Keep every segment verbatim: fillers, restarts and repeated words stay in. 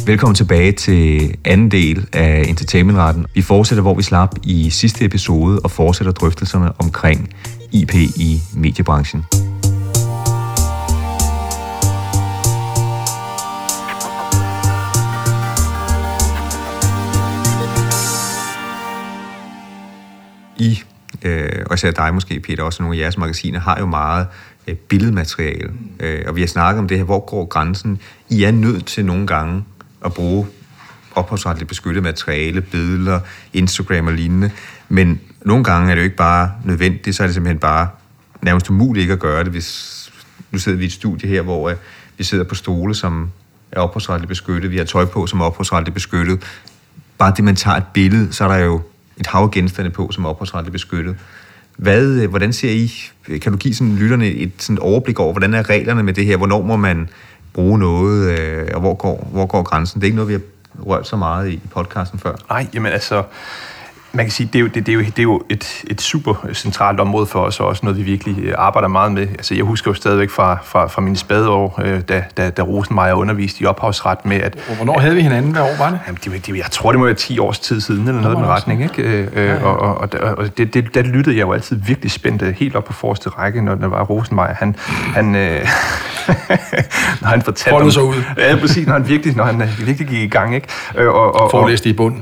Velkommen tilbage til anden del af Entertainmentretten. Vi fortsætter, hvor vi slap i sidste episode, og fortsætter drøftelserne omkring I P i mediebranchen. I, øh, og især dig måske, Peter, også nogle af jeres magasiner, har jo meget øh, billedmateriale. Øh, og vi har snakket om det her, hvor går grænsen? I er nødt til nogle gange at bruge ophavsretligt beskyttet materiale, billeder, Instagram og lignende. Men nogle gange er det jo ikke bare nødvendigt, så er det simpelthen bare nærmest umuligt ikke at gøre det. Hvis, nu sidder vi i et studie her, hvor øh, vi sidder på stole, som er ophavsretligt beskyttet. Vi har tøj på, som er ophavsretligt beskyttet. Bare det, man tager et billede, så er der jo et hav af genstande på, som er ophavsretligt beskyttet. Hvad, hvordan ser I, kan du give sådan lytterne et sådan overblik over, hvordan er reglerne med det her? Hvornår må man bruge noget, øh, og hvor går, hvor går grænsen? Det er ikke noget, vi har rørt så meget i podcasten før. Nej, jamen altså, man kan sige, det er jo, det, det er jo, det er jo et, et super centralt område for os, og også noget, vi virkelig arbejder meget med. Altså, jeg husker jo stadigvæk fra, fra, fra mine spadeår, øh, da, da, da Rosenmeier underviste i ophavsret med, at... Hvornår havde vi hinanden? Hvad år var det? Jamen, det, det jeg tror, det må være ti års tid siden, eller noget med retning, ikke? Øh, ja, ja. Og, og, og, og det, det, der lyttede jeg jo altid virkelig spændt, helt op på forreste række, når der var Rosenmeier. Han... han øh, når han fortalte om... sig ud. Ja, præcis, når han virkelig, når han virkelig gik i gang, ikke? Og, og, Forelæste i bunden.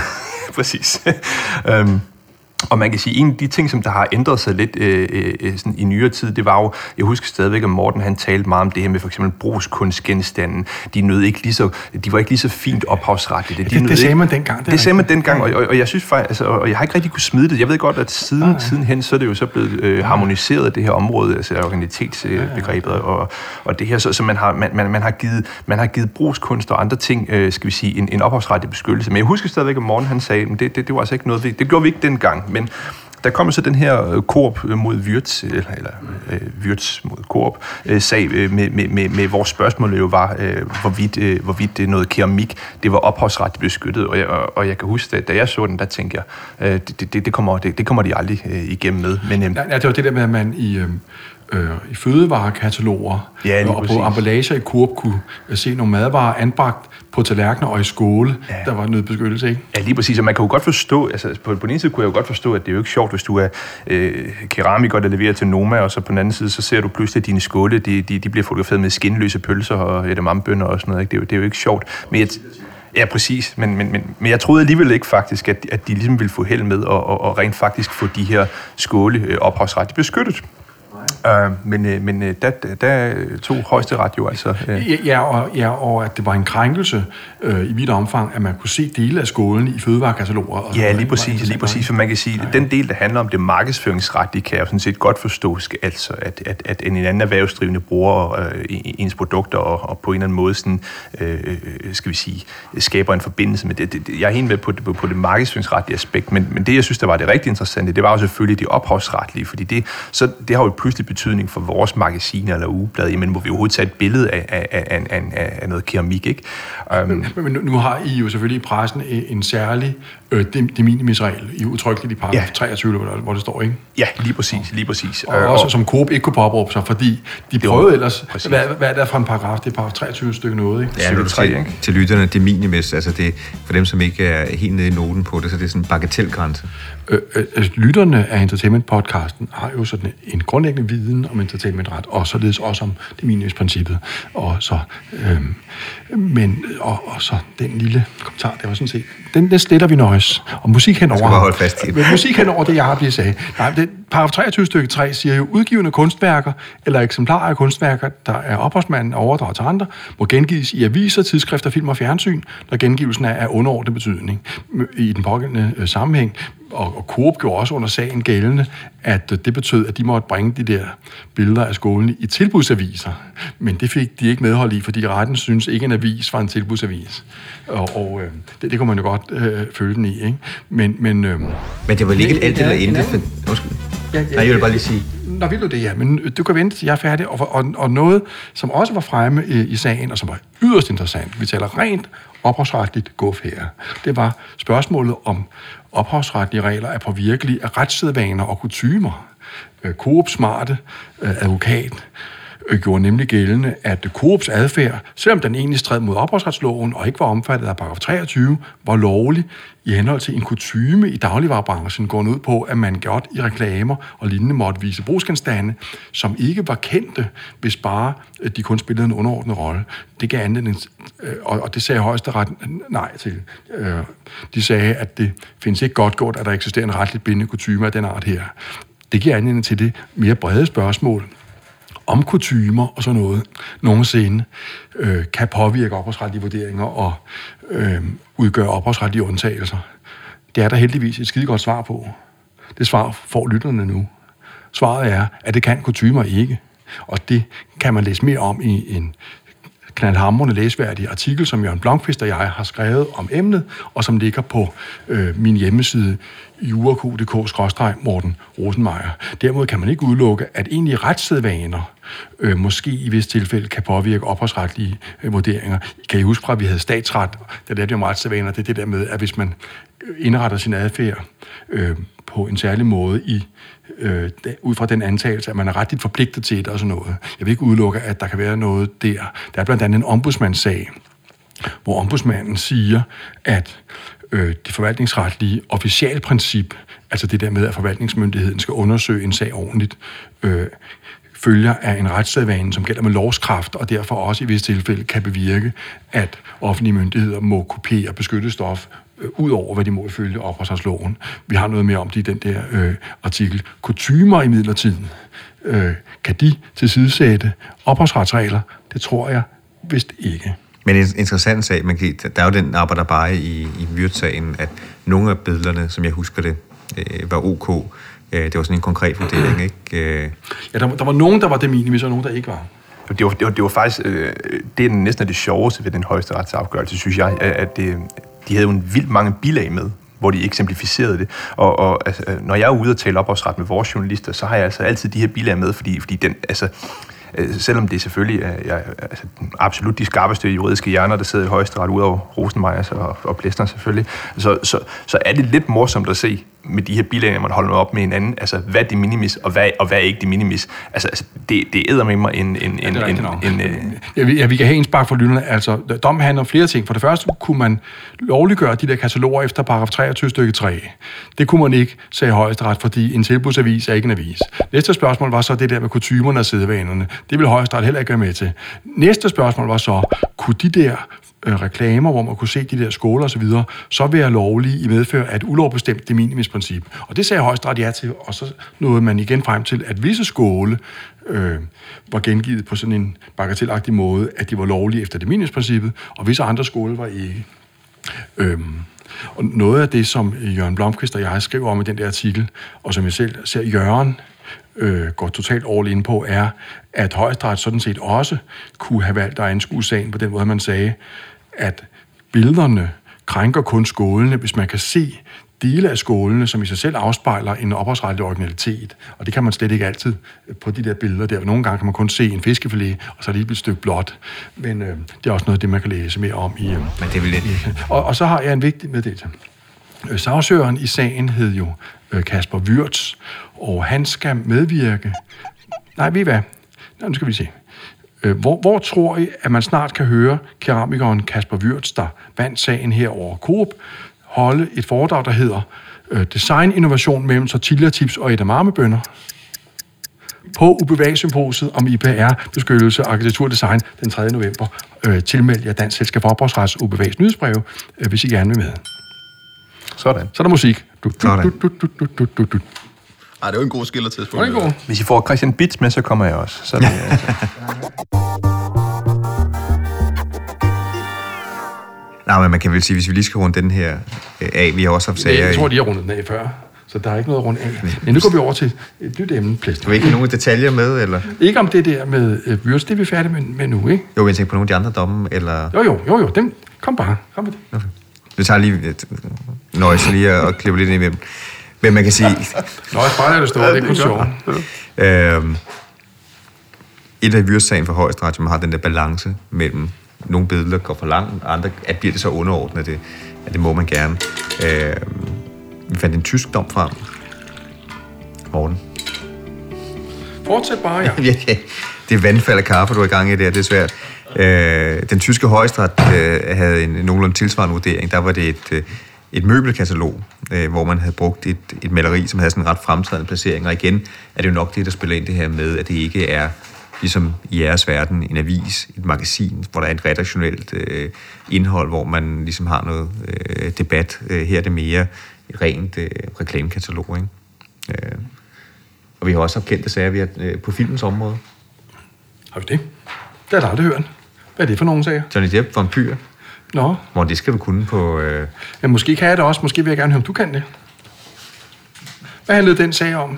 Præcis. um, og man kan sige, en af de ting, som der har ændret sig lidt øh, øh, sådan i nyere tid, det var jo, jeg husker stadigvæk, at Morten han talte meget om det her med for eksempel brugskunstgenstanden. De nød ikke lige så, de var ikke lige så fint ophavsretligt. De det, det sagde man dengang. Det, det sagde man dengang, og, og, og jeg synes faktisk, altså, og jeg har ikke rigtig kunne smide det. Jeg ved godt, at siden, ah, siden hen, så er det jo så blevet øh, harmoniseret, det her område, altså originalitetsbegrebet, øh, og, og det her, så, så man, har, man, man, man, har givet, man har givet brugskunst og andre ting, øh, skal vi sige, en, en ophavsretlig beskyttelse. Men jeg husker stadigvæk, at Morten han sagde, at det, det, det var altså ikke noget, det, det gjorde vi ikke dengang. Men der kom så den her Coop mod Würtz, eller, eller øh, Würtz mod Coop, øh, sag øh, med, med, med, med vores spørgsmål jo var, øh, hvorvidt, øh, hvorvidt det noget keramik, det var ophavsretligt beskyttet, og jeg, og, og jeg kan huske, at da jeg så den, der tænkte jeg, øh, det, det, det, kommer, det, det kommer de aldrig øh, igennem med. Men, øh, ja, det var det der med, at man i... Øh Øh, i fødevarekataloger ja, og på emballager i Coop kunne se nogle madvarer anbragt på tallerkener og i skåle, ja. Der var noget beskyttelse, ikke? Ja, lige præcis, og man kan jo godt forstå, altså på, på den ene side kunne jeg jo godt forstå, at det er jo ikke sjovt, hvis du er øh, keramiker, der leverer til Noma, og så på den anden side, så ser du pludselig, at dine skåle, de, de, de bliver fotograferet med skinløse pølser og edamamebønner og sådan noget, ikke? Det er jo, det er jo ikke sjovt. Men jeg, ja, præcis, men, men, men, men jeg troede alligevel ikke faktisk, at, at de ligesom ville få held med og, og, og rent faktisk få de her skåle øh, ophavsretligt beskyttet. Uh, men men uh, der, der tog højesteret jo altså... Uh... Ja, og, ja, og at det var en krænkelse uh, i vidt omfang, at man kunne se dele af skålen i fødevarekataloger. Og ja, lige præcis, lige præcis, for man kan sige, at den del, der handler om det markedsføringsretlige, kan jeg jo sådan set godt forstå, altså, at, at, at en anden erhvervsdrivende bruger uh, ens produkter og, og på en eller anden måde sådan, uh, skal vi sige, skaber en forbindelse med det. det, det jeg er helt med på det, på, på det markedsføringsretlige aspekt, men, men det, jeg synes, der var det rigtig interessante, det var jo selvfølgelig det ophavsretlige, fordi det, så, det har jo pludselig betydning for vores magasiner eller ugeblad, jamen må vi overhovedet tage et billede af, af, af, af, af noget keramik, ikke? Um, men, men nu har I jo selvfølgelig i pressen en særlig øh, de minimis-regel, i udtrykkeligt i paragraf ja. treogtyve, hvor det står, ikke? Ja, lige præcis, lige præcis. Og, og også som Coop ikke kunne påberåbe sig, fordi de prøvede var, ellers, hvad, hvad er der for en paragraf? Det er paragraf treogtyve stykke noget, ikke? Ja, tre, til, ikke? til lytterne, det minimis, altså det, for dem, som ikke er helt nede i noten på det, så det er sådan en bagatelgrænse. Øh, øh, lytterne af Entertainment-podcasten har jo sådan en grundlæggende viden om entertainmentret, og således også om det minimis-princippet. Og så, øh, men, og, og så den lille kommentar, det var sådan set, den, den sletter vi nøjes. Og musik henover... Jeg skal bare holde fast i det. Musik henover det, jeg har blevet sagt. Nej, det, paragraf treogtyve stykke tre siger jo, udgivende kunstværker eller eksemplarer af kunstværker, der er ophavsmanden overdraget til andre, må gengives i aviser, tidsskrifter, film og fjernsyn, når gengivelsen er af underordnet betydning i den pågældende øh, sammenhæng. Og, og Coop gjorde også under sagen gældende, at det betød, at de måtte bringe de der billeder af skålene i tilbudsaviser. Men det fik de ikke medhold i, fordi retten synes ikke, en avis var en tilbudsavis. Og, og øh, det, det kunne man jo godt øh, følge den i, ikke? Men, men, øh, men det var ikke alt eller intet. For... Ja, ja, Nej, jeg vil bare lige sige... Nå, vil du det, ja. Men du kan vente, til jeg er færdig. Og, og, og noget, som også var fremme i, i sagen, og som var yderst interessant, vi taler rent ophavsretligt guf her, det var spørgsmålet om ophavsretlige regler er påvirkelige af retssædvaner og kutymer. Coop smarte advokat øh, gjorde nemlig gældende, at Coops adfærd, selvom den egentlig stred mod ophavsretsloven og ikke var omfattet af paragraf treogtyve, var lovlig i henhold til en kutyme i dagligvarebranchen, går ud på, at man godt i reklamer og lignende måtte vise brugsgenstande, som ikke var kendte, hvis bare de kun spillede en underordnet rolle. Det gav anledning, og det sagde Højesteret nej til. De sagde, at det findes ikke godt gjort, at der eksisterer en retligt bindende kutyme af den art her. Det giver anledning til det mere brede spørgsmål, om kutymer og sådan noget nogensinde øh, kan påvirke ophavsretlige vurderinger og øh, udgøre ophavsretlige undtagelser. Det er der heldigvis et skide godt svar på. Det svar får lytterne nu. Svaret er, at det kan kutymer ikke. Og det kan man læse mere om i en knaldhamrende læsværdig artikel, som Jørgen Blomqvist og jeg har skrevet om emnet, og som ligger på øh, min hjemmeside jura punktum d k skråstreg Morten Rosenmeier. Derimod kan man ikke udelukke, at egentlig retssædvaner øh, måske i visse tilfælde kan påvirke ophavsretlige øh, vurderinger. I kan I huske fra, at vi havde statsret, der lærte om retssædvaner, det er det der med, at hvis man indretter sin adfærd øh, på en særlig måde i øh, ud fra den antagelse, at man er retligt forpligtet til det og sådan noget. Jeg vil ikke udelukke, at der kan være noget der. Der er blandt andet en ombudsmandssag, hvor ombudsmanden siger, at øh, det forvaltningsretlige officialprincip, altså det der med, at forvaltningsmyndigheden skal undersøge en sag ordentligt, øh, følger af en retssædvane, som gælder med lovskraft, og derfor også i visse tilfælde kan bevirke, at offentlige myndigheder må kopiere beskyttet stof øh, ud over, hvad de må ifølge ophavsretsloven. Vi har noget mere om det i den der øh, artikel. Kutymer i midlertiden, øh, kan de tilsidesætte ophavsretsregler? Det tror jeg vist ikke. Men en interessant sag, man kan, der er jo den arbejder bare i, i Würth-sagen, at nogle af billederne, som jeg husker det, øh, var ok. Det var sådan en konkret vurdering, ikke? Ja, der, der var nogen, der var de minimis, og nogen, der ikke var. Det var, det var, det var faktisk, øh, det er næsten det sjoveste ved den højesteretsafgørelse, synes jeg, at det, de havde jo en vildt mange bilag med, hvor de eksemplificerede det. Og, og altså, når jeg er ude og tale ophavsret med vores journalister, så har jeg altså altid de her bilag med, fordi, fordi den, altså, selvom det selvfølgelig er jeg, altså, absolut de skarpeste juridiske hjerner, der sidder i højesteret, ud over Rosenmeier og, og Plesner selvfølgelig, så, så, så er det lidt morsomt at se med de her bilag, man holder op med hinanden, altså hvad er de minimis, og hvad, og hvad er ikke de minimis. Altså, altså det, det æder med mig en... en, en, ja, en, en, en ja, vi, ja, vi kan have en spark for lytterne. Altså, dommen handler om flere ting. For det første kunne man lovliggøre de der kataloger efter paragraf treogtyve stykke tre. Det kunne man ikke, sagde Højesteret, fordi en tilbudsavis er ikke en avis. Næste spørgsmål var så det der med kutymerne og sædvanerne. Det ville Højesteret heller ikke være med til. Næste spørgsmål var så, kunne de der reklamer, hvor man kunne se de der skåler osv., så, så være lovlige i medfør af et ulovbestemt de minimis-princip. Og det sagde Højesteret ja til, og så nåede man igen frem til, at visse skåle øh, var gengivet på sådan en bagatelagtig måde, at de var lovlige efter de minimis-princippet, og visse andre skåle var ikke. Øhm, og noget af det, som Jørgen Blomqvist og jeg skriver om i den der artikel, og som jeg selv ser Jørgen øh, går totalt all in på, er, at Højesteret sådan set også kunne have valgt at anskue sagen på den måde, man sagde, at billederne krænker kun skålene, hvis man kan se dele af skålene, som i sig selv afspejler en ophavsretlig originalitet. Og det kan man slet ikke altid på de der billeder der. Nogle gange kan man kun se en fiskefilet, og så er det et stykke blåt. Men øh, det er også noget af det, man kan læse mere om i... Øh, Men det vil det. Og, og så har jeg en vigtig meddelelse. Øh, sagsøgeren i sagen hed jo øh, Kasper Würtz, og han skal medvirke... Nej, ved I hvad? Nå, nu skal vi se. Hvor, hvor tror I, at man snart kan høre keramikeren Kasper Würtz, der vandt sagen her over Coop, holde et foredrag, der hedder øh, Design Innovation mellem tortilla-tips og edamamebønner på U B V-symposiet om I P R-beskyttelse og arkitekturdesign den tredje november. Øh, tilmeld jer Dansk Selskab for Ophavsrets U B V's nyhedsbreve, øh, hvis I gerne vil med. Sådan. Så er der musik. Du, du, Sådan. du, du, du, du, du, du. Ej, det er jo en god skillertidspunkt. Det er en god. Hvis I får Christian Bitz med, så kommer jeg også. Så det, altså. Nej, men man kan vel sige, hvis vi lige skal runde den her øh, af, vi har også haft sager... Jeg tror, de har rundet den af før, så der er ikke noget at runde af. Men nu går vi over til et nyt emne, Plesner. Du har ikke nogen detaljer med, eller? Ikke om det der med øh, Würtz, det er vi færdige med, med nu, ikke? Jo, jeg tænker på nogle af de andre domme, eller... Jo, jo, jo, jo, dem, kom bare, kom med det. Okay. Vi tager lige et nøjes lige og klipper lidt ind imellem. Men man kan sige... Nå, jeg bare lader det stå, ja, det er kun sjovt. Øhm, et af Würtz-sagen for Højesteret, man har den der balance mellem nogle billeder går for langt, andre at bliver det så underordnet, det, at det må man gerne. Øhm, vi fandt en tysk dom frem. Morten. Fortsæt bare, ja. ja, ja. det vandfald af kaffe, du er i gang i der, det er svært. Øh, den tyske højesteret øh, havde en nogenlunde tilsvarende vurdering. Der var det et, øh, et møbelkatalog, øh, hvor man havde brugt et, et maleri, som havde sådan en ret fremtrædende placering. Og igen er det jo nok det, der spiller ind det her med, at det ikke er, ligesom i jeres verden, en avis, et magasin, hvor der er et redaktionelt øh, indhold, hvor man ligesom har noget øh, debat. Øh, her er det mere et rent øh, reklamekatalog, ikke? Øh. Og vi har også haft kendte sager vi har, øh, på filmens område. Har vi det? Det har jeg aldrig hørt. Hvad er det for nogle sager? Johnny Depp, vampyr. Nå. Hvor det skal du kunne på... Øh... Ja, måske kan jeg det også. Måske vil jeg gerne høre, om du kan det. Hvad handlede den sag om?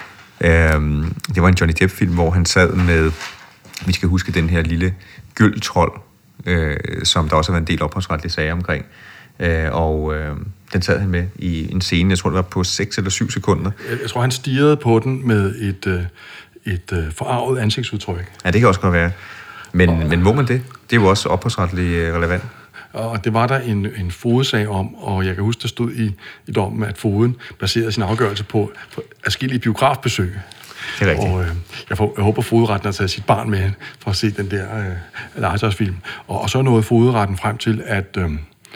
Øhm, det var en Johnny Depp-film, hvor han sad med... Vi skal huske den her lille gyldtrold, øh, som der også har været en del ophavsretlige sager omkring. Øh, og øh, den sad han med i en scene, jeg tror det var på seks eller syv sekunder. Jeg, jeg tror, han stirrede på den med et, øh, et øh, forarvet ansigtsudtryk. Ja, det kan også godt være. Men, og, men må man det? Det er jo også ophavsretligt relevant. Og det var der en, en fodsag om, og jeg kan huske, der stod i, i dommen, at foden baserede sin afgørelse på, på adskillige biografbesøg. Det er rigtigt. Og øh, jeg, får, jeg håber, fogedretten har taget sit barn med for at se den der øh, legetøjsfilm. Og, og så nåede fogedretten frem til, at... Øh,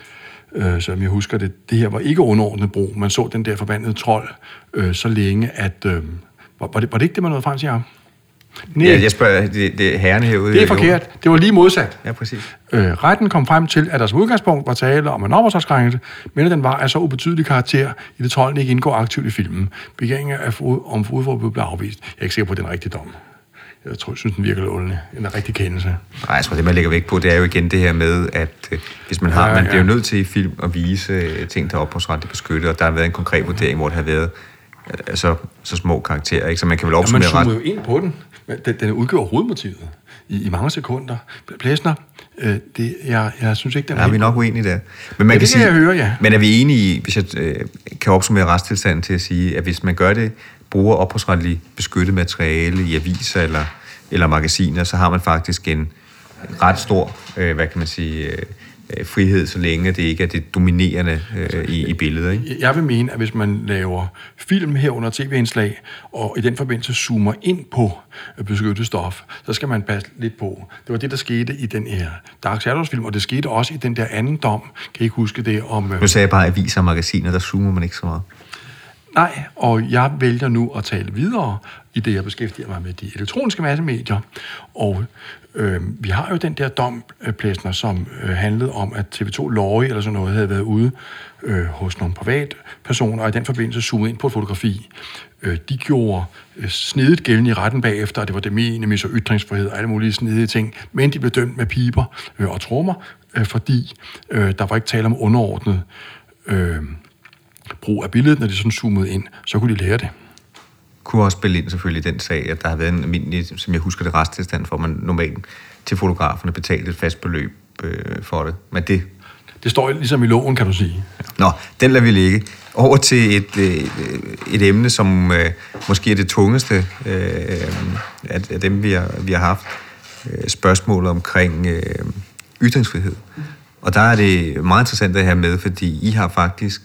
Øh, som jeg husker det, det her var ikke underordnet brug. Man så den der forbandede trold øh, så længe, at... Øh, var, var, det, var det ikke det, man nåede frem til ham? Nej. Ja, jeg spørger, det, det er herrene herude. Det er forkert. Det var lige modsat. Ja, præcis. Øh, retten kom frem til, at der som udgangspunkt var tale om en ophavsretskrænkelse, men at den var af så ubetydelig karakter, i det trolden ikke indgår aktivt i filmen. Begæringen af fod, om fodforbud blev afvist. Jeg er ikke sikker på, at det er en rigtig dom. Jeg tror, jeg synes, den virker lovende. En rigtig kendelse. Nej, jeg tror, det man lægger vægt på, det er jo igen det her med, at øh, hvis man har, ja, man bliver jo nødt til i film at vise øh, ting, der er ophavsretligt beskyttet, og der har været en konkret vurdering, hvor det har været øh, så, så små karakterer, ikke? Så man kan vel opsummere ret. Ja, man zoomer jo ind på den. Den, den udgjorde hovedmotivet i, i mange sekunder. Plesner, øh, det, jeg, jeg synes ikke, den er... Ja, vi er nok uenige der. Men man ja, kan det sige, kan jeg høre, ja. Men er vi enige i, hvis jeg øh, kan opsummere retstilstanden til at sige, at hvis man gør det, bruger ophavsretligt beskyttet materiale i aviser eller eller magasiner, så har man faktisk en ret stor, øh, hvad kan man sige, øh, frihed, så længe det ikke er det dominerende øh, i, i billedet. Ikke? Jeg vil mene, at hvis man laver film herunder tv-indslag, og i den forbindelse zoomer ind på beskyttet stof, så skal man passe lidt på. Det var det, der skete i den her Dark Shadows-film, og det skete også i den der anden dom. Kan I ikke huske det om... Øh... Nu sagde jeg bare aviser og magasiner, der zoomer man ikke så meget. Nej, og jeg vælger nu at tale videre i det, jeg beskæftiger mig med de elektroniske massemedier. Og øh, vi har jo den der dom, Plesner, som øh, handlede om, at T V to Lorry eller sådan noget havde været ude øh, hos nogle privatpersoner, og i den forbindelse zoomede ind på et fotografi. Øh, de gjorde øh, snedigt gældende i retten bagefter, at det var det minimis og ytringsfrihed og alle mulige snedige ting, men de blev dømt med piber øh, og trommer, øh, fordi øh, der var ikke tale om underordnet øh, brug af billedet, når de sådan zoomede ind, så kunne de lære det. Kunne også spille ind selvfølgelig den sag, at der har været en almindelig, som jeg husker det, retstilstand, for man normalt til fotograferne betalte et fast beløb øh, for det. Men det... Det står ligesom i loven, kan du sige. Nå, den lader vi ligge. Over til et, et, et emne, som øh, måske er det tungeste øh, af, af dem, vi har, vi har haft. Øh, spørgsmålet omkring øh, ytringsfrihed. Og der er det meget interessant at have med, fordi I har faktisk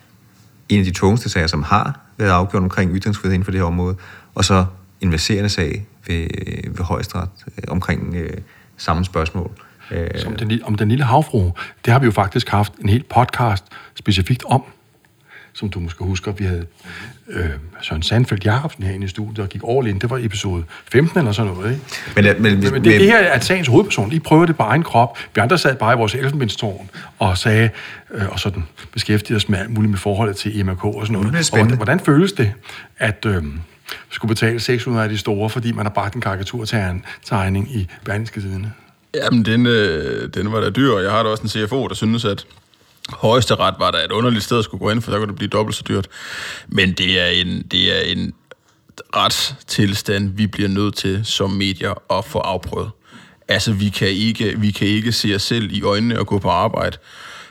en af de tungeste sager, som har været afgjort omkring ytringsfrihed inden for det her område, og så en verserende sag ved, ved Højesteret øh, omkring øh, samme spørgsmål. Som den, om den lille havfrue, det har vi jo faktisk haft en hel podcast specifikt om, som du måske husker, vi havde øh, Søren Sandfeldt Jacobsen herinde i studiet, og gik all in. Det var episode femten eller sådan noget, ikke? Men, men, men, men det, det her er sagens hovedperson. Lige prøver det på egen krop. Vi andre sad bare i vores elfenbenstårn og sagde, øh, og sådan beskæftigede os med alt muligt med forholdet til E M R K og sådan noget. Og hvordan, hvordan føles det, at øh, skulle betale seks hundrede af de store, fordi man har bragt en karikaturtegning i Berlingske Tidende? Jamen, den, øh, den var da dyr, og jeg har da også en C F O, der synes, at Højesteret var der et underligt sted at skulle gå ind, for der kunne det blive dobbelt så dyrt. Men det er en, det er en retstilstand, vi bliver nødt til som medier at få afprøvet. Altså, vi kan ikke, vi kan ikke se os selv i øjnene og gå på arbejde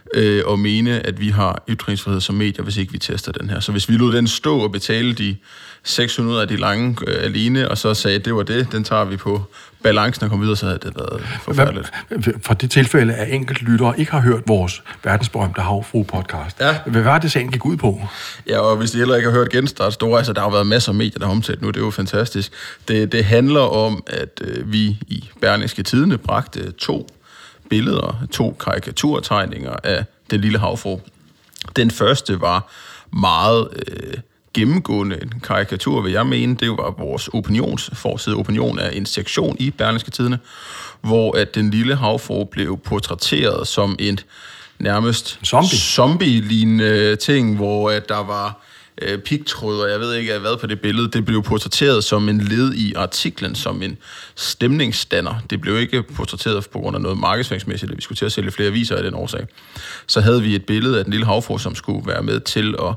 øh, og mene, at vi har ytringsfrihed som medier, hvis ikke vi tester den her. Så hvis vi lod den stå og betale de seks hundrede af de lange øh, alene, og så sagde, at det var det, den tager vi på balancen og kom videre, så havde det været forfærdeligt. For det tilfælde, at enkelt lyttere ikke har hørt vores verdensberømte Havfru-podcast. Ja. Hvad var det, sagen gik ud på? Ja, og hvis de heller ikke har hørt Genstart Store, altså der har været masser af medier, der har omtalt nu, det er jo fantastisk. Det, det handler om, at øh, vi i Berlingske Tidende bragte to billeder, to karikaturtegninger af den lille havfru. Den første var meget øh, gennemgående en karikatur, vil jeg mene. Det var vores opinionsforside. Opinion er en sektion i Berlingske Tidende, hvor at den lille havfru blev portrætteret som en nærmest zombie. zombie-lignende ting, hvor at der var øh, pigtråd, og jeg ved ikke hvad på det billede. Det blev portrætteret som en led i artiklen, som en stemningsdanner. Det blev ikke portrætteret på grund af noget markedsføringsmæssigt, at vi skulle til at sælge flere aviser af den årsag. Så havde vi et billede af den lille havfru, som skulle være med til at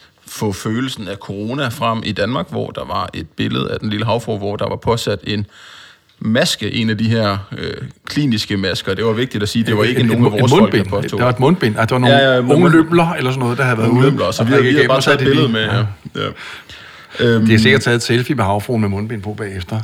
få følelsen af corona frem i Danmark, hvor der var et billede af den lille havfru, hvor der var påsat en maske, en af de her øh, kliniske masker. Det var vigtigt at sige, det var ikke en, nogen af vores folk, der påtog. Det var et mundbind. Altså, der var nogle ja, ja, unge lømler eller sådan noget, der havde været ude. Lømler, så vi har, vi har bare taget et billede med. Ja. Ja. Øhm, det er sikkert taget et selfie med havfruen med mundbind på bagefter.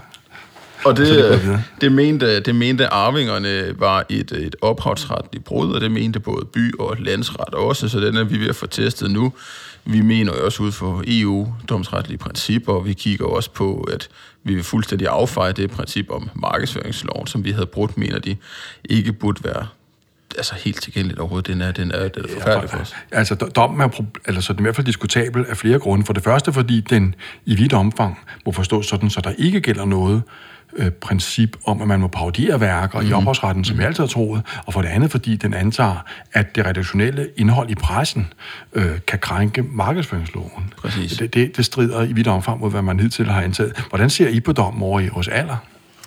Og det, det, det, mente, det mente arvingerne var et, et ophavsretligt brud, og det mente både by- og landsret også, så den er vi ved at få testet nu. Vi mener jo også ud for E U-domsretlige principper, og vi kigger også på, at vi vil fuldstændig affeje det princip om markedsføringsloven, som vi havde brudt, mener de ikke burde være altså helt tilgængeligt overhovedet. Den er, den er, den er forfærdelig for os. Altså, dommen er, altså, den er i hvert fald diskutabel af flere grunde. For det første, fordi den i vidt omfang må forstås sådan, så der ikke gælder noget øh, princip om, at man må parodiere værker mm. i ophavsretten, som vi altid har troet. Og for det andet, fordi den antager, at det redaktionelle indhold i pressen øh, kan krænke markedsføringsloven. Præcis. Det, det, det strider i vidt omfang mod, hvad man hidtil har antaget. Hvordan ser I på dommen over i hos Aller?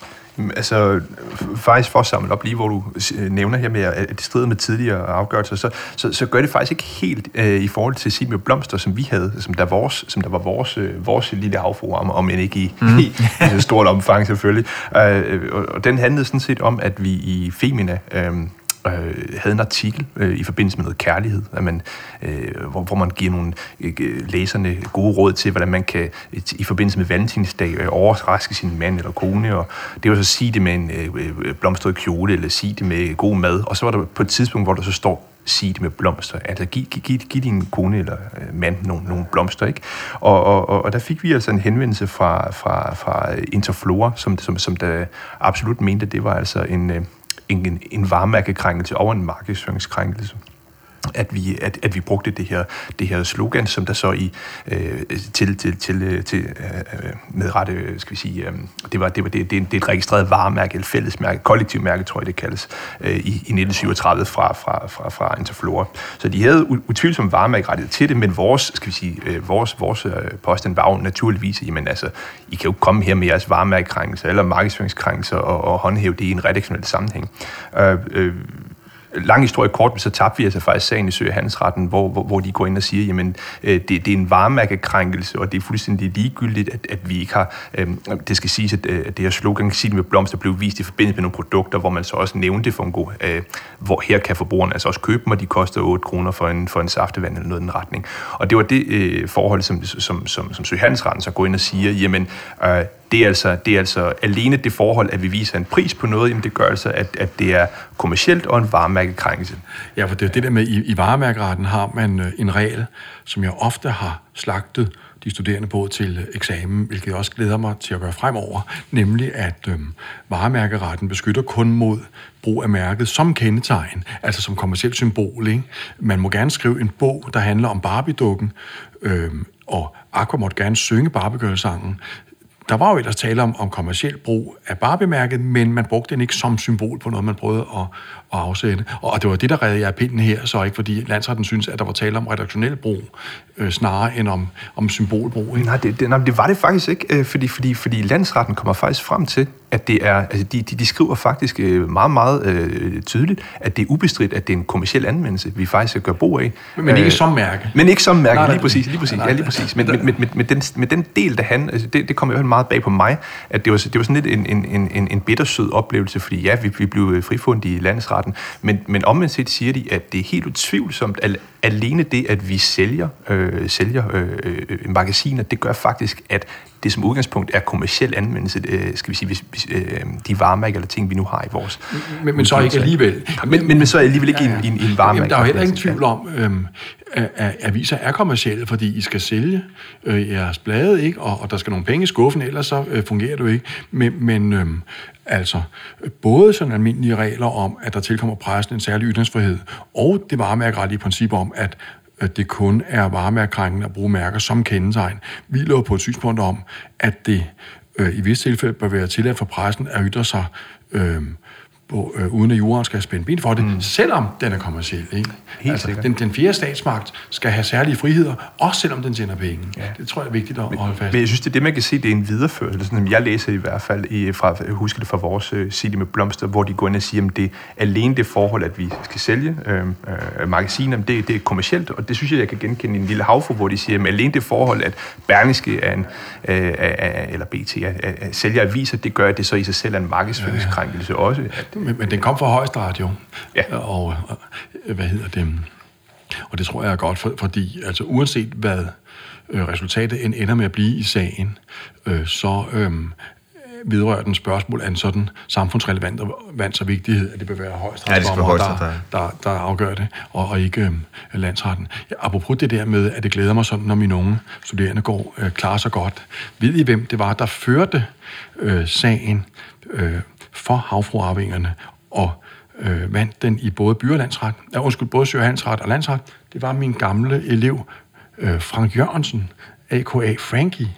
Altså, faktisk for at samle op lige, hvor du nævner her med, at det strider med tidligere afgørelser, så, så, så gør det faktisk ikke helt øh, i forhold til Sig med blomster, som vi havde, som der, vores, som der var vores, øh, vores lille havfru, om, om end ikke i, mm. i, i så stort omfang selvfølgelig. Øh, og, og den handlede sådan set om, at vi i Femina øh, havde en artikel øh, i forbindelse med noget kærlighed, at man, øh, hvor, hvor man giver nogle øh, læserne gode råd til, hvordan man kan et, i forbindelse med valentinsdag øh, overraske sin mand eller kone, og det var så at sige det med en øh, blomstret kjole, eller sige det med god mad, og så var der på et tidspunkt, hvor der så står sige det med blomster, altså giv, giv, giv, giv din kone eller øh, mand nogle, nogle blomster, ikke? Og, og, og der fik vi altså en henvendelse fra, fra, fra Interflora, som, som, som der absolut mente, at det var altså en øh, en, en varemærkekrænkelse og en markedsføringskrænkelse. At vi, at, at vi brugte det her, det her slogan, som der så i øh, til, til, til, til øh, med rette, skal vi sige, øh, det var, det var det, det, det er et registreret varemærke, eller fællesmærke, kollektivmærke, tror jeg det kaldes, øh, i, i nitten syvogtredive fra, fra, fra, fra Interflora. Så de havde utvivlsomt varemærkerettighed til det, men vores, skal vi sige, øh, vores, vores øh, påstand var jo naturligvis, jamen altså, I kan jo komme her med jeres varemærkekrænkelser eller markedsføringskrænkelse og, og håndhæve det i en redaktionel sammenhæng. Øh, øh, Lang historie kort, men så tabte vi altså faktisk sagen i Sø- og Handelsretten, hvor, hvor, hvor de går ind og siger, jamen, øh, det, det er en varemærkekrænkelse, og det er fuldstændig ligegyldigt, at, at vi ikke har, øh, det skal siges, at, at det her slogan, sig det med blomster, blev vist i forbindelse med nogle produkter, hvor man så også nævnte for en god, øh, hvor her kan forbrugerne altså også købe dem, og de koster otte kroner for en, for en saftevand eller noget i den retning. Og det var det øh, forhold, som, som, som, som Sø- og Handelsretten så går ind og siger, jamen, øh, Det er, altså, det er altså alene det forhold, at vi viser en pris på noget, jamen det gør altså, at, at det er kommercielt og en varemærkekrænkelse. Ja, for det er det der med, i, i varemærkeretten har man en regel, som jeg ofte har slagtet de studerende på til eksamen, hvilket jeg også glæder mig til at gøre fremover, nemlig at øhm, varemærkeretten beskytter kun mod brug af mærket som kendetegn, altså som kommercielt symbol. Ikke? Man må gerne skrive en bog, der handler om Barbie-dukken, øhm, og Aqua måtte gerne synge Barbie-girl-sangen. Der var jo ellers tale om, om kommerciel brug af Barbie-mærket, men man brugte den ikke som symbol på noget, man prøvede at, at afsætte. Og det var det, der redde jeg pinden her, så ikke fordi landsretten synes, at der var tale om redaktionel brug, øh, snarere end om, om symbolbrug. Ikke? Nej, det, det, nej, det var det faktisk ikke, øh, fordi, fordi, fordi landsretten kommer faktisk frem til, at det er, altså de, de, de skriver faktisk meget, meget øh, tydeligt, at det er ubestridt, at det er en kommerciel anvendelse, vi faktisk gør brug af. Men ikke som mærke. Men ikke som mærke, nej, lige præcis, lige præcis, nej, nej. Ja, lige præcis. Men med, med, med, med, den, med den del, der han, altså det, det kom jo meget bag på mig, at det var, det var sådan lidt en, en, en, en bittersød oplevelse, fordi ja, vi, vi blev frifundet i landsretten, men, men omvendt set siger de, at det er helt utvivlsomt, at alene det, at vi sælger, øh, sælger øh, øh, magasiner, det gør faktisk, at det som udgangspunkt er kommerciel anvendelse, øh, skal vi sige, hvis, hvis, øh, de varemærker eller ting, vi nu har i vores... Men, men så ikke alligevel. Men, men, men så alligevel ikke ja, ja. i en, en varemærke. Der er jo heller ingen tvivl om, øhm, at, at aviser er kommercielle, fordi I skal sælge øh, jeres blade, ikke? Og, og der skal nogle penge i skuffen, ellers så øh, fungerer det jo ikke. Men, men øhm, altså, både sådan almindelige regler om, at der tilkommer pressen en særlig ytringsfrihed, og det varemærkeretlige princip om, at at det kun er varemærkekrænkende at bruge mærker som kendetegn, hviler på et synspunkt om, at det øh, i visse tilfælde bør være tilladt for pressen at ytre sig, øh, på, øh, uden at juraen skal spænde ben for det, mm. selvom den er kommerciel. Ikke? Helt altså, den, den fjerde statsmagt skal have særlige friheder, også selvom den tjener penge. Ja. Det tror jeg er vigtigt at men, holde fast. Men jeg synes, det er det, man kan se, det er en videreførelse, sådan, som jeg læser i hvert fald, i, fra, jeg husker det fra vores uh, side med Blomster, hvor de går ind og siger, at det alene det forhold, at vi skal sælge øh, øh, magasiner, det, det er kommercielt, og det synes jeg, jeg kan genkende i en lille havfru, hvor de siger, at alene det forhold, at Berlingske er en, øh, er, eller B T er, er, er, sælger aviser, det gør, at det så i sig selv er en markedsføringskrænkelse ja, ja. også. At, men, men den kom fra Højesteret jo. Ja. Og, og hvad hedder det? Og det tror jeg er godt, for, fordi altså uanset hvad øh, resultatet end ender med at blive i sagen, øh, så øh, vedrører den spørgsmål af en sådan samfundsrelevant vans og vigtighed, at det vil være højesteretsdommer, ja, der, der, der afgør det, og, og ikke øh, landsretten. Ja, apropos det der med, at det glæder mig sådan, når mine unge studerende går øh, klarer sig godt. Ved I, hvem det var, der førte øh, sagen øh, for havfruarvingerne, og øh, vandt den i både by- og landsret, ja, undskyld, både søhandelsret og landsret? Det var min gamle elev, øh, Frank Jørgensen, A K A Frankie,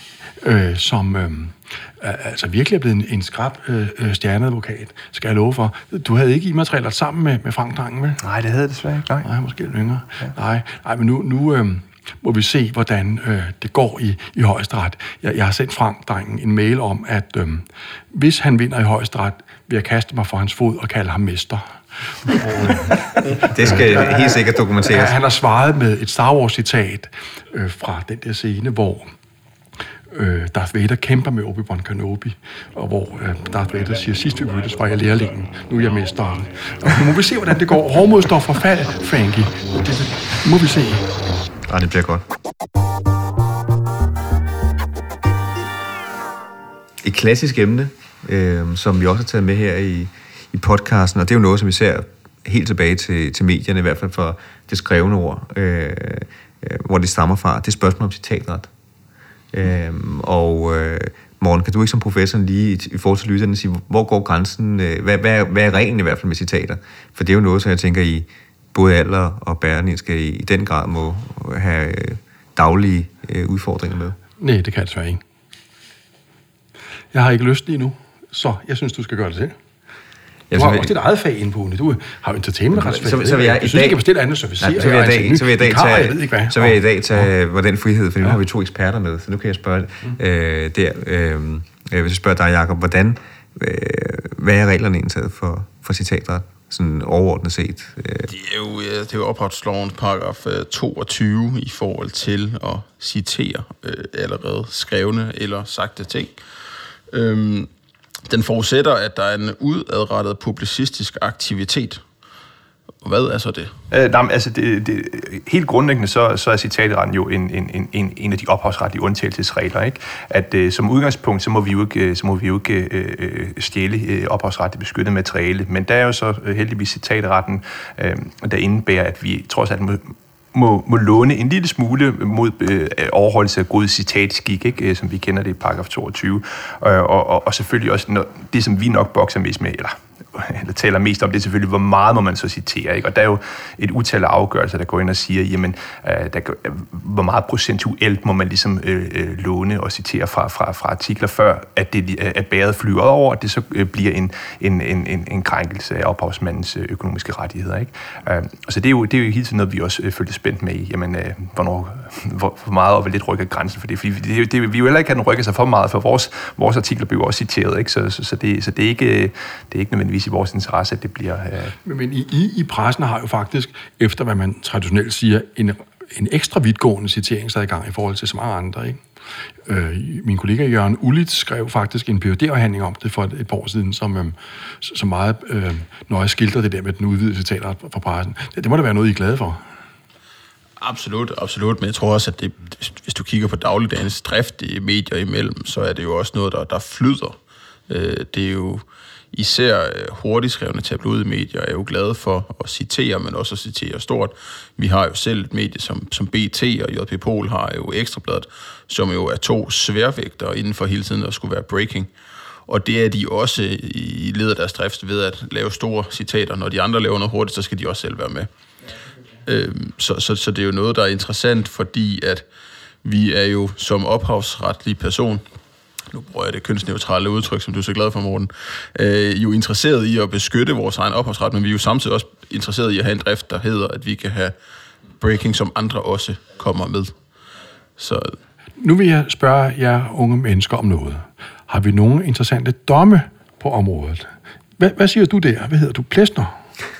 øh, som øh, altså virkelig er blevet en, en skrab øh, stjerneadvokat, skal jeg love for. Du havde ikke immaterialer sammen med, med Frank Drangen, vel? Nej, det havde jeg desværre ikke. Nej, nej måske lidt yngre. Ja. Nej, nej, men nu, nu øh, må vi se, hvordan øh, det går i, i Højesteret. Jeg, jeg har sendt Frank Drangen en mail om, at øh, hvis han vinder i Højesteret, vil jeg kaste mig for hans fod og kalde ham mester. Og, det skal øh, helt sikkert dokumenteres. Han har svaret med et Star Wars-citat øh, fra den der scene, hvor øh, Darth Vader kæmper med Obi-Wan Kenobi, og hvor øh, Darth Vader siger, sidst vi mødtes var jeg lærlingen, nu er jeg mesteren. Og nu må vi se, hvordan det går. Hårdmod står for fald, Frankie. Det, det må vi se. Ja, det bliver godt. Et klassisk emne, øh, som vi også har taget med her i, i podcasten, og det er jo noget, som vi ser helt tilbage til, til medierne, i hvert fald for det skrevne ord, øh, øh, hvor det stammer fra, det er spørgsmål om citatret. Øh, og øh, Morten, kan du ikke som professor lige i, i forhold til lytterne sige, hvor går grænsen, øh, hvad, hvad, hvad er reglen i hvert fald med citater? For det er jo noget, som jeg tænker i både Alder og Berlingske i, i den grad må have øh, daglige øh, udfordringer med. Nej, det kan jeg desværre ikke. Jeg har ikke lyst lige nu, så jeg synes, du skal gøre det selv. Du har også dit eget fag inde på det. Du har jo entertainment-retsfag. Så, så vil jeg, jeg synes, du kan bestille andet servicere. Nej, så vil jeg i dag, så vil jeg i dag tage, jeg ved hvad. Så vil jeg i dag tage hvor den frihed, for nu ja. har vi to eksperter med, så nu kan jeg spørge mm. øh, der. Øh, hvis jeg spørger dig, Jacob, hvordan, øh, hvad er reglerne indtaget for, for citatret, sådan overordnet set? Øh. Det er jo, det er jo ophavslovens paragraf toogtyve i forhold til at citere øh, allerede skrevne eller sagte ting. Øhm, Den forudsætter, at der er en udadrettet publicistisk aktivitet. Hvad er så det? Øh, nej, altså det, det, helt grundlæggende så, så er citatretten jo en, en, en, en af de ophavsretlige undtagelsesregler, ikke? At øh, som udgangspunkt, så må vi jo ikke, så må vi jo ikke øh, stjæle øh, ophavsretligt beskyttet materiale, men der er jo så øh, heldigvis citatretten, øh, der indebærer, at vi trods alt må Må, må låne en lille smule mod øh, overholdelse af god citatskik, ikke? Som vi kender det i paragraf toogtyve. Og, og, og selvfølgelig også når, det, som vi nok bokser mest med, eller, eller taler mest om, det er selvfølgelig, hvor meget må man så citere. Ikke? Og der er jo et utal af afgørelser, der går ind og siger, jamen, øh, der, hvor meget procentuelt må man ligesom øh, øh, låne og citere fra, fra, fra artikler, før at, det, at bæret flyver over, at det så øh, bliver en, en, en, en, en krænkelse af ophavsmandens økonomiske rettigheder. Ikke? Øh, så det er, jo, det er jo hele tiden noget, vi også øh, følger spændt med i. Jamen, øh, hvornår, hvor, hvor meget og hvor lidt rykker grænsen for det. Fordi det, det, vi vil heller ikke have den rykke sig for meget, for vores, vores artikler bliver også citeret, ikke? Så, så, så, det, så det, er ikke, det er ikke nødvendigvis i vores interesse, at det bliver... Øh... Men, men I, I pressen har jo faktisk, efter hvad man traditionelt siger, en, en ekstra vidtgående citeringsadgang i forhold til så mange andre, ikke? Øh, min kollega Jørgen Ullitz skrev faktisk en P H D-afhandling om det for et, et par år siden, som, øh, som meget øh, nøje skildrer det der med den udvidede citater fra pressen. Det, det må da være noget, I er glade for. Absolut, absolut, men jeg tror også, at det, hvis du kigger på dagligdagens drift i medier imellem, så er det jo også noget, der, der flyder. Det er jo især hurtigt skrevne tabloidmedier er jo glade for at citere, men også at citere stort. Vi har jo selv et medie som, som B T, og J P Pol har jo Ekstrabladet, som jo er to sværvægtere inden for hele tiden at skulle være breaking. Og det er de også i led af deres drift ved at lave store citater. Når de andre laver noget hurtigt, så skal de også selv være med. Så, så, så det er jo noget, der er interessant, fordi at vi er jo som ophavsretlig person, nu bruger jeg det kønsneutrale udtryk, som du er så glad for, Morten, øh, jo interesseret i at beskytte vores egen ophavsret, men vi er jo samtidig også interesseret i at have en drift, der hedder, at vi kan have breaking, som andre også kommer med. Så... Nu vil jeg spørge jer unge mennesker om noget. Har vi nogle interessante domme på området? Hvad, hvad siger du der? Hvad hedder du? Plesner?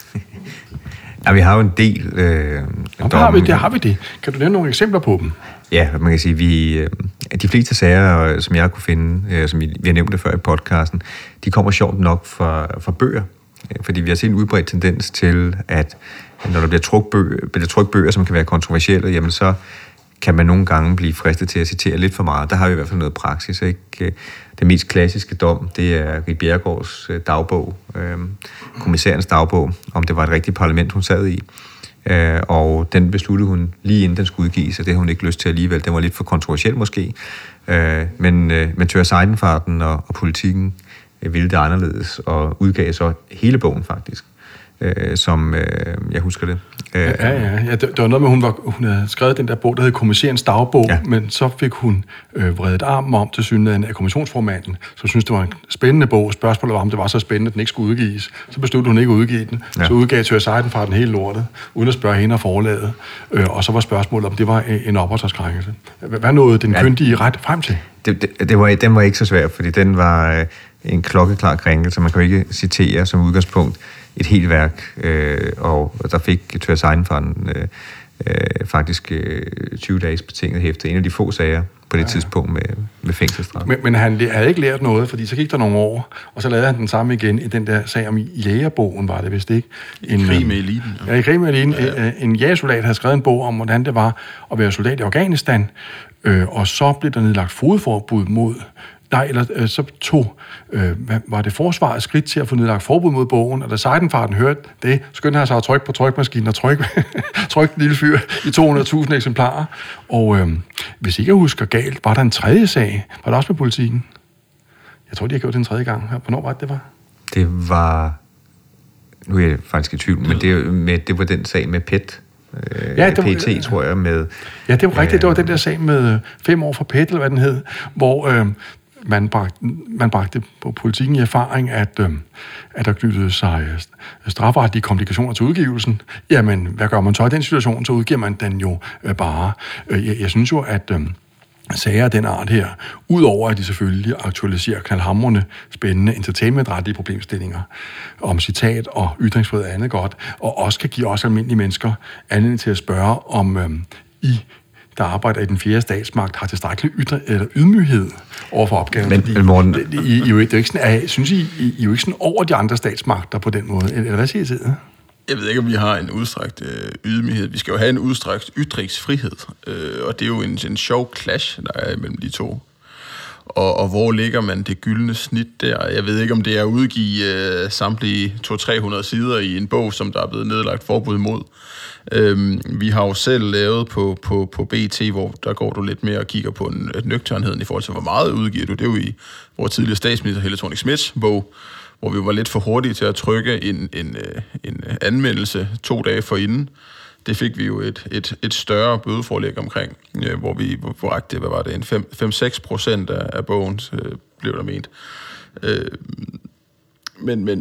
Ja, vi har jo en del øh, domme. Har vi det? Har vi det? Kan du nævne nogle eksempler på dem? Ja, man kan sige, vi øh, de fleste sager, som jeg kunne finde, øh, som vi, vi har nævnt det før i podcasten, de kommer sjovt nok fra, fra bøger. Fordi vi har set en udbredt tendens til, at når der bliver trykt bøger, bliver trykt bøger, som kan være kontroversielle, jamen så kan man nogle gange blive fristet til at citere lidt for meget. Der har vi i hvert fald noget praksis, ikke? Det mest klassiske dom, det er Ritt Bjerregaards dagbog, øh, kommissærens dagbog, om det var et rigtigt parlament, hun sad i. Øh, og den besluttede hun lige inden den skulle udgives, og det har hun ikke lyst til alligevel. Den var lidt for kontroversiel måske. Øh, men øh, men Thøger Seidenfarten og, og Politikken øh, ville det anderledes, og udgav så hele bogen faktisk. Øh, som øh, jeg husker det. Øh, ja, ja, ja. Det, det var noget med, hun, var, hun havde skrevet den der bog, der hed Kommissærens dagbog, ja. Men så fik hun øh, vredet armen om til synligheden af kommissionsformanden, så syntes, det var en spændende bog. Spørgsmålet var, om det var så spændende, at den ikke skulle udgives. Så besluttede hun ikke at udgive den. Ja. Så udgav Thøger Seidenfarten hele lortet, uden at spørge hende og forlaget. Øh, og så var spørgsmålet, om det var en ophavsretskrænkelse. Hvad nåede den ja. kyndige ret frem til? Det, det, det var, den var ikke så svær, fordi den var øh, en klokkeklar krænkelse. Man kan jo ikke citere som udgangspunkt et helt værk, øh, og der fik Thøger Seidenfarten øh, øh, faktisk øh, tyve dages betinget hæfte. En af de få sager på det ja, ja. tidspunkt med, med fængselsstraf. Men, men han havde ikke lært noget, fordi så gik der nogle år, og så lavede han den samme igen i den der sag om jægerbogen, var det vist ikke? En, I krig med eliten. Ja, i krig med eliten. Ja, ja. En jægersoldat havde skrevet en bog om, hvordan det var at være soldat i Afghanistan, øh, og så blev der nedlagt fogedforbud mod... Nej, eller øh, så tog, øh, var det forsvaret skridt til at få nedlagt forbud mod bogen, og da Seidenfarten hørte det, skyndte han sig at trykke på trykmaskinen og trykke, trykke den lille fyr i to hundrede tusind eksemplarer. Og øh, hvis ikke jeg husker galt, var der en tredje sag. Var det også med Politikken? Jeg tror, de har gjort det en tredje gang. Hvornår var det, det var? Det var... Nu er jeg faktisk i tvivl, men det, med, det var den sag med Pet. Øh, ja, det var, P T, tror jeg, med... Ja, det var rigtigt. Øh, det var den der sag med fem år fra Pet, eller hvad den hed, hvor... Øh, Man bragte, man bragte på Politikken i erfaring, at, øh, at der knyttede sig strafferetlige komplikationer til udgivelsen. Jamen, hvad gør man så i den situation? Så udgiver man den jo øh, bare. Jeg, jeg synes jo, at øh, sager af den art her, udover at de selvfølgelig aktualiserer knaldhamrende, spændende, entertainmentretlige problemstillinger om citat og ytringsfrihed og andet godt, og også kan give os almindelige mennesker anledning til at spørge, om øh, I der arbejder i den fjerde statsmagt, har tilstrækkelig ytre, eller ydmyghed over for opgaven. Men, fordi, Morten... I, I, I, I, ikke sådan, I, synes I, I, I er jo ikke sådan over de andre statsmagter på den måde? Eller hvad siger I til? Jeg ved ikke, om vi har en udstrakt øh, ydmyghed. Vi skal jo have en udstrakt ytringsfrihed, øh, og det er jo en, en sjov clash, der er mellem de to. Og, og hvor ligger man det gyldne snit der? Jeg ved ikke, om det er at udgive øh, samtlige to til tre hundrede sider i en bog, som der er blevet nedlagt forbud mod. Øhm, vi har jo selv lavet på, på, på B T, hvor der går du lidt mere og kigger på en, et nøgternheden i forhold til, hvor meget udgiver du. Det er jo i vores tidligere statsminister Helle Thorning-Schmidts bog, hvor vi var lidt for hurtige til at trykke en, en, en anmeldelse to dage forinden. Det fik vi jo et, et, et større bødeforlæg omkring, hvor vi bragte, hvad var det, en fem til seks procent af, af bogen, øh, blev der ment. Øh, men, men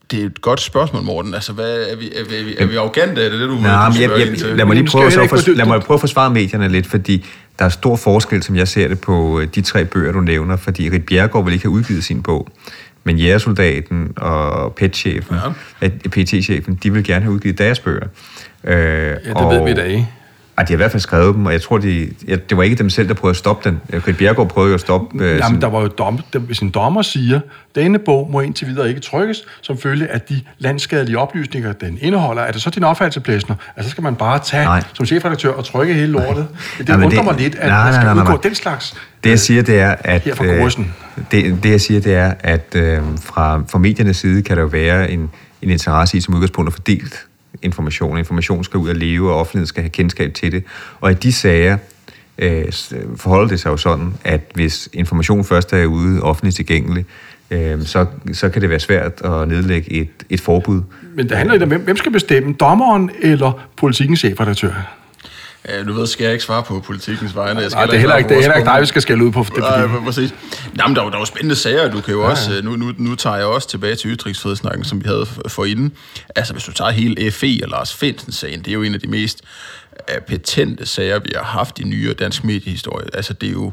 Det er et godt spørgsmål, Morten. Altså, hvad, er, vi, er, vi, er vi arrogante? Er det det, du Nej, men jeg, jeg, jeg, lad mig lige prøve, så for, lad mig prøve at forsvare medierne lidt, fordi der er stor forskel, som jeg ser det, på de tre bøger, du nævner, fordi Ritt Bjerregaard vil ikke have udgivet sin bog, men Jægersoldaten og P E T-chefen, ja. P E T-chefen, de vil gerne have udgivet deres bøger. Øh, ja, det og, ved vi da ikke. Og de har i hvert fald skrevet dem, og jeg tror, de, ja, det var ikke dem selv, der prøvede at stoppe den. Ritt Bjerregaard prøvede jo at stoppe... Øh, Jamen, der var jo dom, der, hvis en dommer siger, denne bog må indtil videre ikke trykkes, som følge af de landskadelige oplysninger, den indeholder. Er det så din opfattelse, Plesner? Altså, så skal man bare tage nej. som chefredaktør og trykke hele lortet. Det nej, undrer det, mig lidt, at nej, der skal nej, nej, nej, udgå den slags... Det, jeg siger, det er, at... Her fra kursen. Det, det, jeg siger, det er, at øh, fra, fra mediernes side kan der jo være en, en interesse i, som udgangspunkt, at fordelt information. Information skal ud at leve, og offentligheden skal have kendskab til det. Og i de sager øh, forholder det sig jo sådan, at hvis information først er ude offentligt tilgængelig, øh, så, så kan det være svært at nedlægge et, et forbud. Men det handler ikke om, hvem, hvem skal bestemme? Dommeren eller Politikens chefredaktør? Ja, du ved, skal jeg ikke svare på Politikens vegne. Jeg skal Nej, det er heller ikke, det er heller ikke dig, vi skal skælde ud på. Det, Nej, præcis. Jamen, der er jo spændende sager. Du kan jo ja, også, ja. Nu, nu, nu tager jeg også tilbage til ytringsfrihedssnakken, som vi havde forinden. Altså, hvis du tager hele F E og Lars Findsen-sagen, det er jo en af de mest patente sager, vi har haft i nyere dansk mediehistorie. Altså, det er jo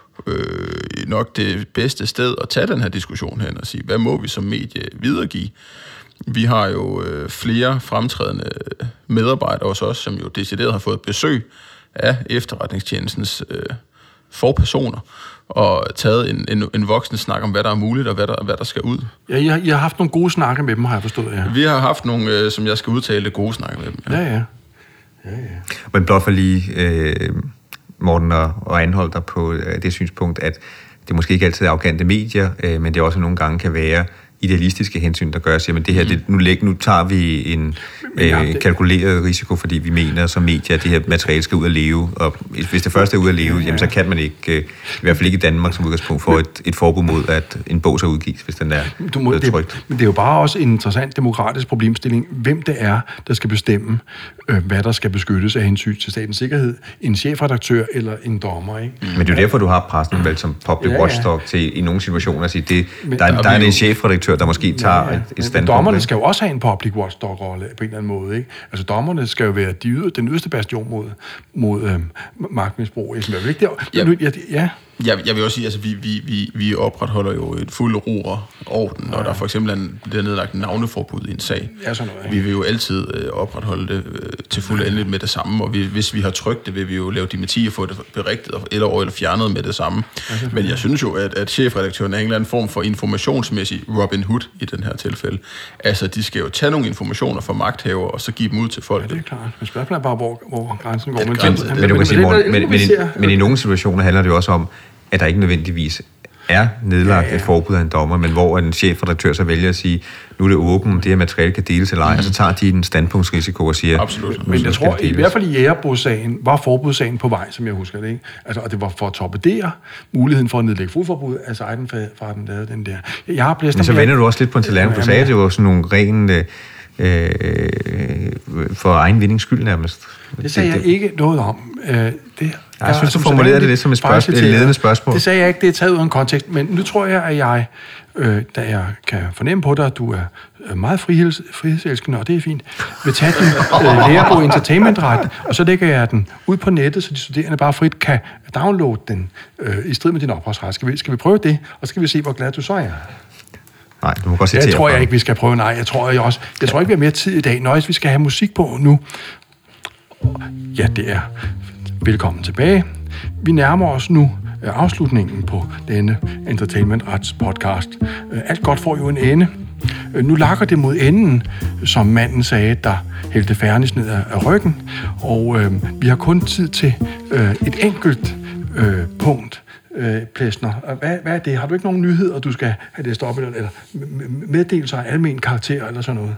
øh, nok det bedste sted at tage den her diskussion hen og sige, hvad må vi som medie videregive? Vi har jo øh, flere fremtrædende medarbejdere hos os, som jo decideret har fået besøg af efterretningstjenestens øh, forpersoner og taget en, en, en voksen snak om, hvad der er muligt og hvad der, hvad der skal ud. Ja, I har, I har haft nogle gode snakke med dem, har jeg forstået. Ja. Vi har haft nogle, øh, som jeg skal udtale, gode snakke med dem. Ja, ja. ja, ja. Men blot for lige, øh, Morten, og, og anholde dig på øh, det synspunkt, at det måske ikke altid er arrogante medier, øh, men det også nogle gange kan være idealistiske hensyn, der gør, at det her, det, nu, læg, nu tager vi en øh, kalkuleret risiko, fordi vi mener som medier, at det her materiale skal ud at leve, og hvis det først er ud at leve, jamen, så kan man ikke, øh, i hvert fald ikke i Danmark som udgangspunkt, få et, et forbud mod, at en bog så udgives, hvis den er du må, trygt. Det, men det er jo bare også en interessant demokratisk problemstilling, hvem det er, der skal bestemme, øh, hvad der skal beskyttes af hensyn til statens sikkerhed, en chefredaktør eller en dommer, ikke? Mm. Men det er jo derfor, du har pressen vel som public ja, ja. watchdog til i nogle situationer at sige, det, men, der, der, der er en chefredaktør, der måske tager ja, ja. et, et standpunkt. Dommerne skal jo også have en public watchdog-rolle på en eller anden måde, ikke? Altså dommerne skal jo være de yder, den yderste bastion mod, mod øhm, magtmisbrug. Ikke? Det er, ja. Nu, ja, ja. Jeg, jeg vil også sige, altså vi, vi, vi, vi opretholder jo et fuld ro og orden, når ja. der for eksempel er nedlagt navneforbud i en sag. Ja, sådan noget, ja. Vi vil jo altid øh, opretholde det øh, til fuld endeligt med det samme, og vi, hvis vi har trykt det, vil vi jo lave dementi og få det berigtet eller, eller fjernet med det samme. Ja, men jeg synes jo, at, at chefredaktøren er en eller anden form for informationsmæssig Robin Hood i den her tilfælde. Altså, de skal jo tage nogle informationer fra magthavere, og så give dem ud til folk. Ja, det er klart. Men spørgsmålet er bare, hvor, hvor grænsen går. Men, grænse, men, men, du kan sige, Morten, men, men, men i nogle situationer handler det jo også om, at der ikke nødvendigvis er nedlagt ja, ja. et forbud af en dommer, men hvor en chefredaktør så vælger at sige, nu er det åbent, om det her materiale kan deles eller ej, mm. og så tager de en standpunktsrisiko og siger... Absolut. Men jeg tror, i hvert fald i Jægerbogssagen var forbudssagen på vej, som jeg husker det, ikke? Altså, og det var for at torpedere muligheden for at nedlægge fodforbud, altså Seidenfaden lavede den der. Jeg har blæst men så vender du også lidt på en tallerken. Du sagde, at det var sådan nogle rene... Øh, for egen vindings skyld nærmest. Det sagde det, jeg ikke noget om. Øh, det, jeg, jeg synes, du formulerede det lidt som et, spørgsmål, et ledende spørgsmål. Det sagde jeg ikke, det er taget ud af en kontekst, men nu tror jeg, at jeg, øh, da jeg kan fornemme på dig, at du er meget friheds, frihedselskende, og det er fint, vil tage den øh, lærebog entertainment-ret, og så lægger jeg den ud på nettet, så de studerende bare frit kan downloade den øh, i strid med din ophavsret. Skal vi, skal vi prøve det, og så skal vi se, hvor glad du så er. Nej, du må godt citere. Jeg tror jeg ikke, vi skal prøve. Nej, jeg tror jeg også. Jeg tror ikke, vi har mere tid i dag. Nøjes, vi skal have musik på nu. Ja, det er. Velkommen tilbage. Vi nærmer os nu afslutningen på denne Entertainment Rets podcast. Alt godt får jo en ende. Nu lakker det mod enden, som manden sagde, der hældte Fernis ned af ryggen. Og øh, vi har kun tid til øh, et enkelt øh, punkt. Øh, Plesner. Hvad, hvad er det? Har du ikke nogen nyheder, du skal have læst op, eller, eller meddelelser af almen karakter, eller sådan noget?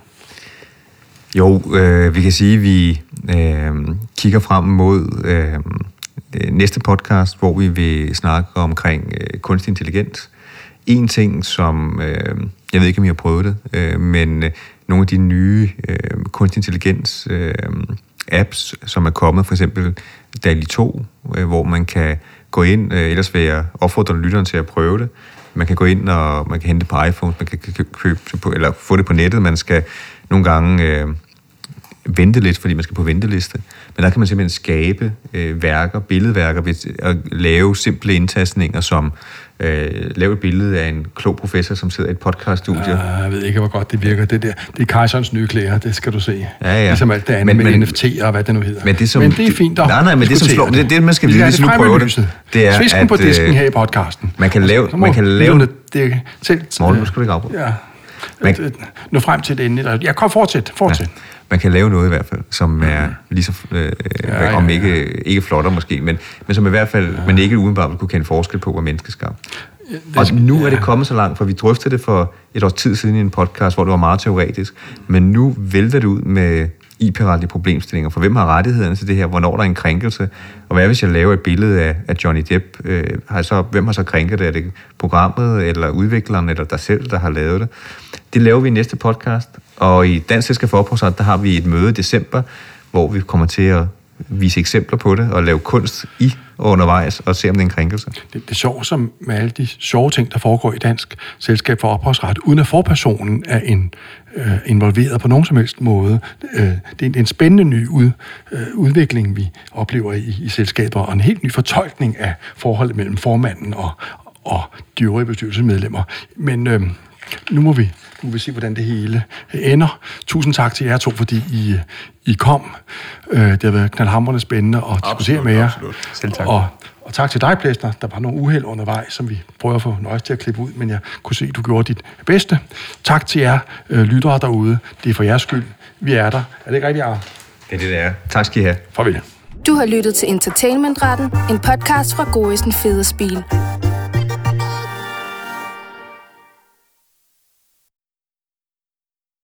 Jo, øh, vi kan sige, at vi øh, kigger frem mod øh, næste podcast, hvor vi vil snakke omkring øh, kunstig intelligens. En ting, som, øh, jeg ved ikke, om I har prøvet det, øh, men øh, nogle af de nye øh, kunstig intelligens øh, apps, som er kommet, for eksempel DALL-E to, øh, hvor man kan gå ind, øh, ellers vil jeg opfordre lytteren til at prøve det, man kan gå ind, og man kan hente på iPhone, man kan købe på, eller få det på nettet. Man skal nogle gange øh, vente lidt, fordi man skal på venteliste. Men der kan man simpelthen skabe øh, værker, billedværker, ved at lave simple indtastninger, som øh, lave et billede af en klog professor, som sidder i et podcaststudie. Ja, jeg ved ikke, hvor godt det virker. Det der, det er Kejserens nye klæder, det skal du se. Ja, ja. Ligesom alt det andet men, med men, N F T'er og hvad det nu hedder. Men det, som, men det er fint at Nej, nej, men det, som slår, det, det man skal vide, hvis nu prøver det, det er, Svisken at... på disken her i podcasten. Man kan lave... Man kan lave det, selv, Morten, nu skal du ikke afbryde. Ja. Man, nå frem til det endelig. Jeg kom fortsæt, fortsæt. Ja. Man kan lave noget i hvert fald, som er lige så, øh, ja, ja, om ikke, ja. ikke flottere måske, men, men som i hvert fald, ja. man ikke udenbart vil kunne kende forskel på, hvor menneskeskabt. Ja, og nu er det kommet så langt, for vi drøftede det for et års tid siden i en podcast, hvor det var meget teoretisk, men nu vælter det ud med I P-retlige problemstillinger, for hvem har rettighederne til det her, hvornår der er en krænkelse, og hvad hvis jeg laver et billede af, af Johnny Depp, øh, har så, hvem har så krænket det? Er det programmet, eller udvikleren, eller dig selv, der har lavet det? Det laver vi i næste podcast, og i Dansk Selskab for Ophavsret, der har vi et møde i december, hvor vi kommer til at vise eksempler på det, og lave kunst i og undervejs, og se om det er en krænkelse. Det, det er sjovt, som med alle de sjove ting, der foregår i Dansk Selskab for Ophavsret, uden at forpersonen er en, øh, involveret på nogen som helst måde. Øh, det er en spændende ny ud, øh, udvikling, vi oplever i, i selskaber, og en helt ny fortolkning af forholdet mellem formanden og, og de øvrige bestyrelsesmedlemmer. Men øh, nu må vi Nu vil vi se, hvordan det hele ender. Tusind tak til jer to, fordi I, I kom. Det har været knaldhamrende spændende at diskutere med jer. Absolut. Selv tak. Og, og tak til dig, Plesner. Der var nogle uheld undervejs, som vi prøver at få nøjes til at klippe ud, men jeg kunne se, at du gjorde dit bedste. Tak til jer øh, lyttere derude. Det er for jeres skyld. Vi er der. Er det ikke rigtigt, Arne? Det er det, det er. Tak skal I have. Farvel. Du har lyttet til Entertainmentretten, en podcast fra Gorrissen Federspiel.